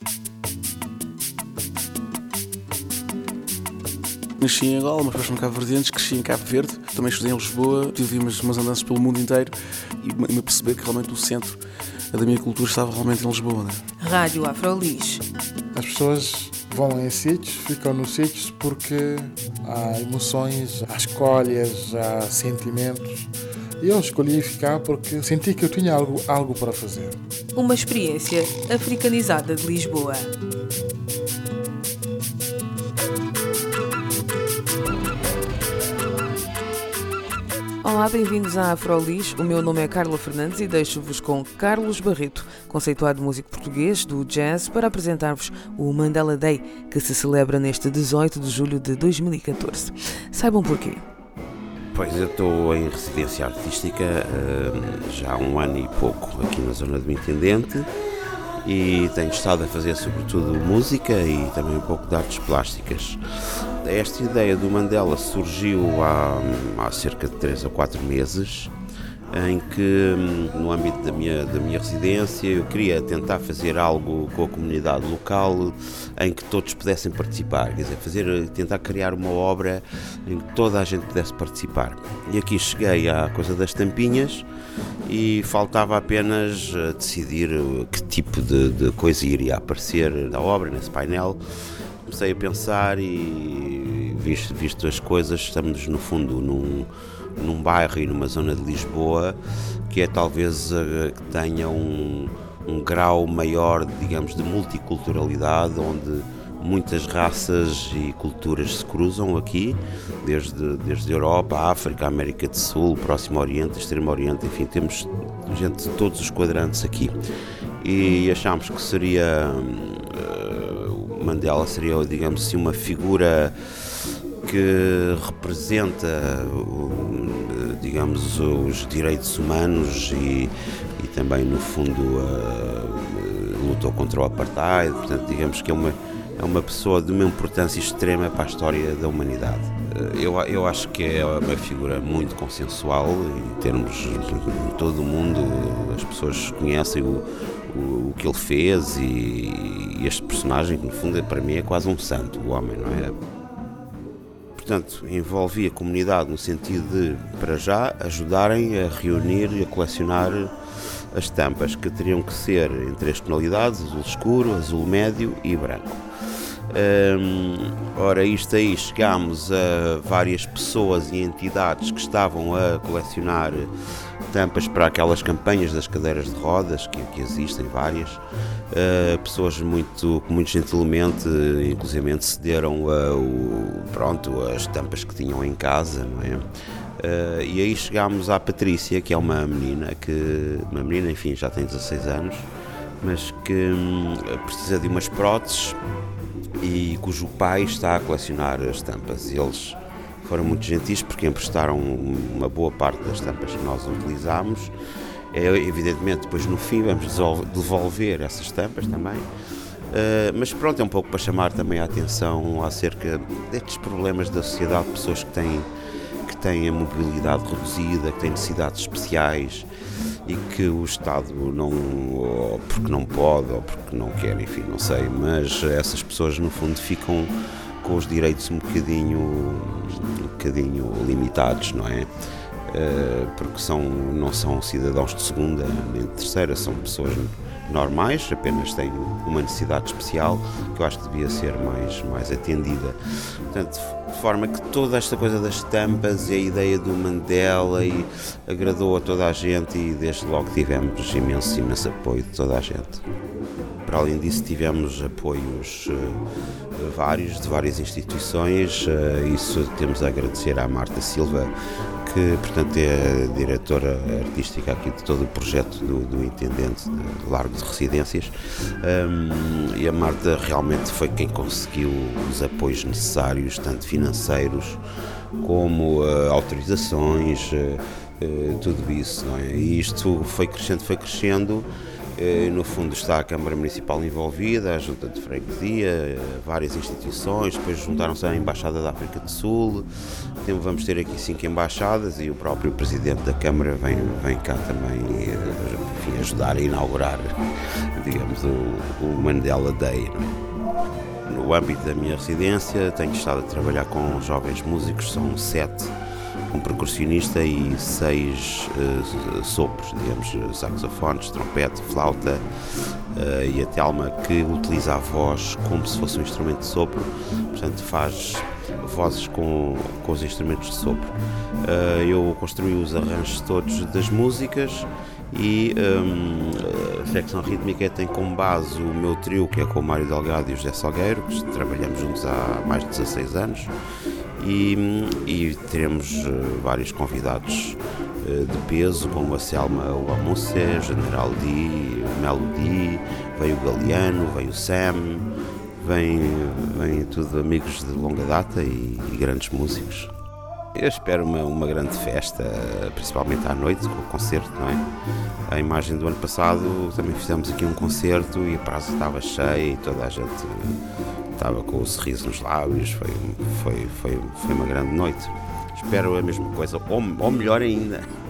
Nasci em Angola, mas depois fui cabo-verdientes, cresci em Cabo Verde, também estudei em Lisboa, tive umas andanças pelo mundo inteiro e me perceber que realmente o centro da minha cultura estava realmente em Lisboa. Né? Rádio Afrolis. As pessoas vão em sítios, ficam nos sítios porque há emoções, há escolhas, há sentimentos. E eu escolhi ficar porque senti que eu tinha algo para fazer. Uma experiência africanizada de Lisboa. Olá, bem-vindos à Afrolis. O meu nome é Carla Fernandes e deixo-vos com Carlos Barreto, conceituado músico português do jazz, para apresentar-vos o Mandela Day, que se celebra neste 18 de julho de 2014. Saibam porquê. Pois, eu estou em residência artística já há um ano e pouco aqui na zona do Intendente e tenho estado a fazer sobretudo música e também um pouco de artes plásticas. Esta ideia do Mandela surgiu há cerca de 3 ou 4 meses, em que, no âmbito da minha residência, eu queria tentar fazer algo com a comunidade local em que todos pudessem participar, quer dizer, tentar criar uma obra em que toda a gente pudesse participar. E aqui cheguei à coisa das tampinhas e faltava apenas decidir que tipo de coisa iria aparecer na obra, nesse painel. Comecei a pensar e, visto as coisas, estamos no fundo num bairro e numa zona de Lisboa que é talvez que tenha um grau maior, digamos, de multiculturalidade, onde muitas raças e culturas se cruzam aqui, desde a Europa, a África, a América do Sul, Próximo Oriente, Extremo Oriente, enfim, temos gente de todos os quadrantes aqui. E achámos que seria... Mandela seria, digamos assim, uma figura que representa, digamos, os direitos humanos e também, no fundo, lutou contra o apartheid. Portanto, digamos que é uma pessoa de uma importância extrema para a história da humanidade. Eu acho que é uma figura muito consensual em termos de todo o mundo. As pessoas conhecem o que ele fez e este personagem, que no fundo para mim é quase um santo, o homem, não é? Portanto, envolvi a comunidade no sentido de, para já, ajudarem a reunir e a colecionar as tampas, que teriam que ser em 3 tonalidades, azul escuro, azul médio e branco. Ora, isto aí, chegámos a várias pessoas e entidades que estavam a colecionar tampas para aquelas campanhas das cadeiras de rodas, que existem várias. Pessoas muito gentilmente, inclusive, cederam as tampas que tinham em casa, não é? E aí chegámos à Patrícia, que é uma menina, enfim, já tem 16 anos, mas que precisa de umas próteses e cujo pai está a colecionar as tampas. Eles foram muito gentis porque emprestaram uma boa parte das tampas que nós utilizámos. Evidentemente, depois no fim vamos devolver essas tampas também. Mas pronto, é um pouco para chamar também a atenção acerca destes problemas da sociedade, pessoas que têm a mobilidade reduzida, que têm necessidades especiais e que o Estado não, ou porque não pode, ou porque não quer, enfim, não sei, mas essas pessoas no fundo ficam com os direitos um bocadinho limitados, não é? Porque não são cidadãos de segunda nem de terceira, são pessoas normais, apenas têm uma necessidade especial que eu acho que devia ser mais atendida. Portanto, de forma que toda esta coisa das tampas e a ideia do Mandela agradou a toda a gente e desde logo tivemos imenso apoio de toda a gente. Para além disso, tivemos apoios de várias instituições. Isso temos a agradecer à Marta Silva, que, portanto, é a diretora artística aqui de todo o projeto do Intendente de Largo de Residências. E a Marta realmente foi quem conseguiu os apoios necessários, tanto financeiros como autorizações, tudo isso, não é? E isto foi crescendo No fundo está a Câmara Municipal envolvida, a Junta de Freguesia, várias instituições, depois juntaram-se à Embaixada da África do Sul. Então vamos ter aqui 5 embaixadas e o próprio Presidente da Câmara vem cá também, enfim, ajudar a inaugurar, digamos, o Mandela Day. No âmbito da minha residência tenho estado a trabalhar com jovens músicos, são 7, um percussionista e 6 sopros, digamos, saxofones, trompete, flauta, e a Telma, que utiliza a voz como se fosse um instrumento de sopro, portanto faz vozes com os instrumentos de sopro. Eu construí os arranjos todos das músicas e a secção rítmica tem como base o meu trio, que é com o Mário Delgado e o José Salgueiro, que trabalhamos juntos há mais de 16 anos, e teremos vários convidados de peso, como a Selma Ouamousse, General D, Melody, veio o Galeano, veio o Sam, vem tudo amigos de longa data e grandes músicos. Eu espero uma grande festa, principalmente à noite, com o concerto, não é? A imagem do ano passado também fizemos aqui um concerto e a praça estava cheia e toda a gente estava com o sorriso nos lábios, foi uma grande noite. Espero a mesma coisa, ou melhor ainda.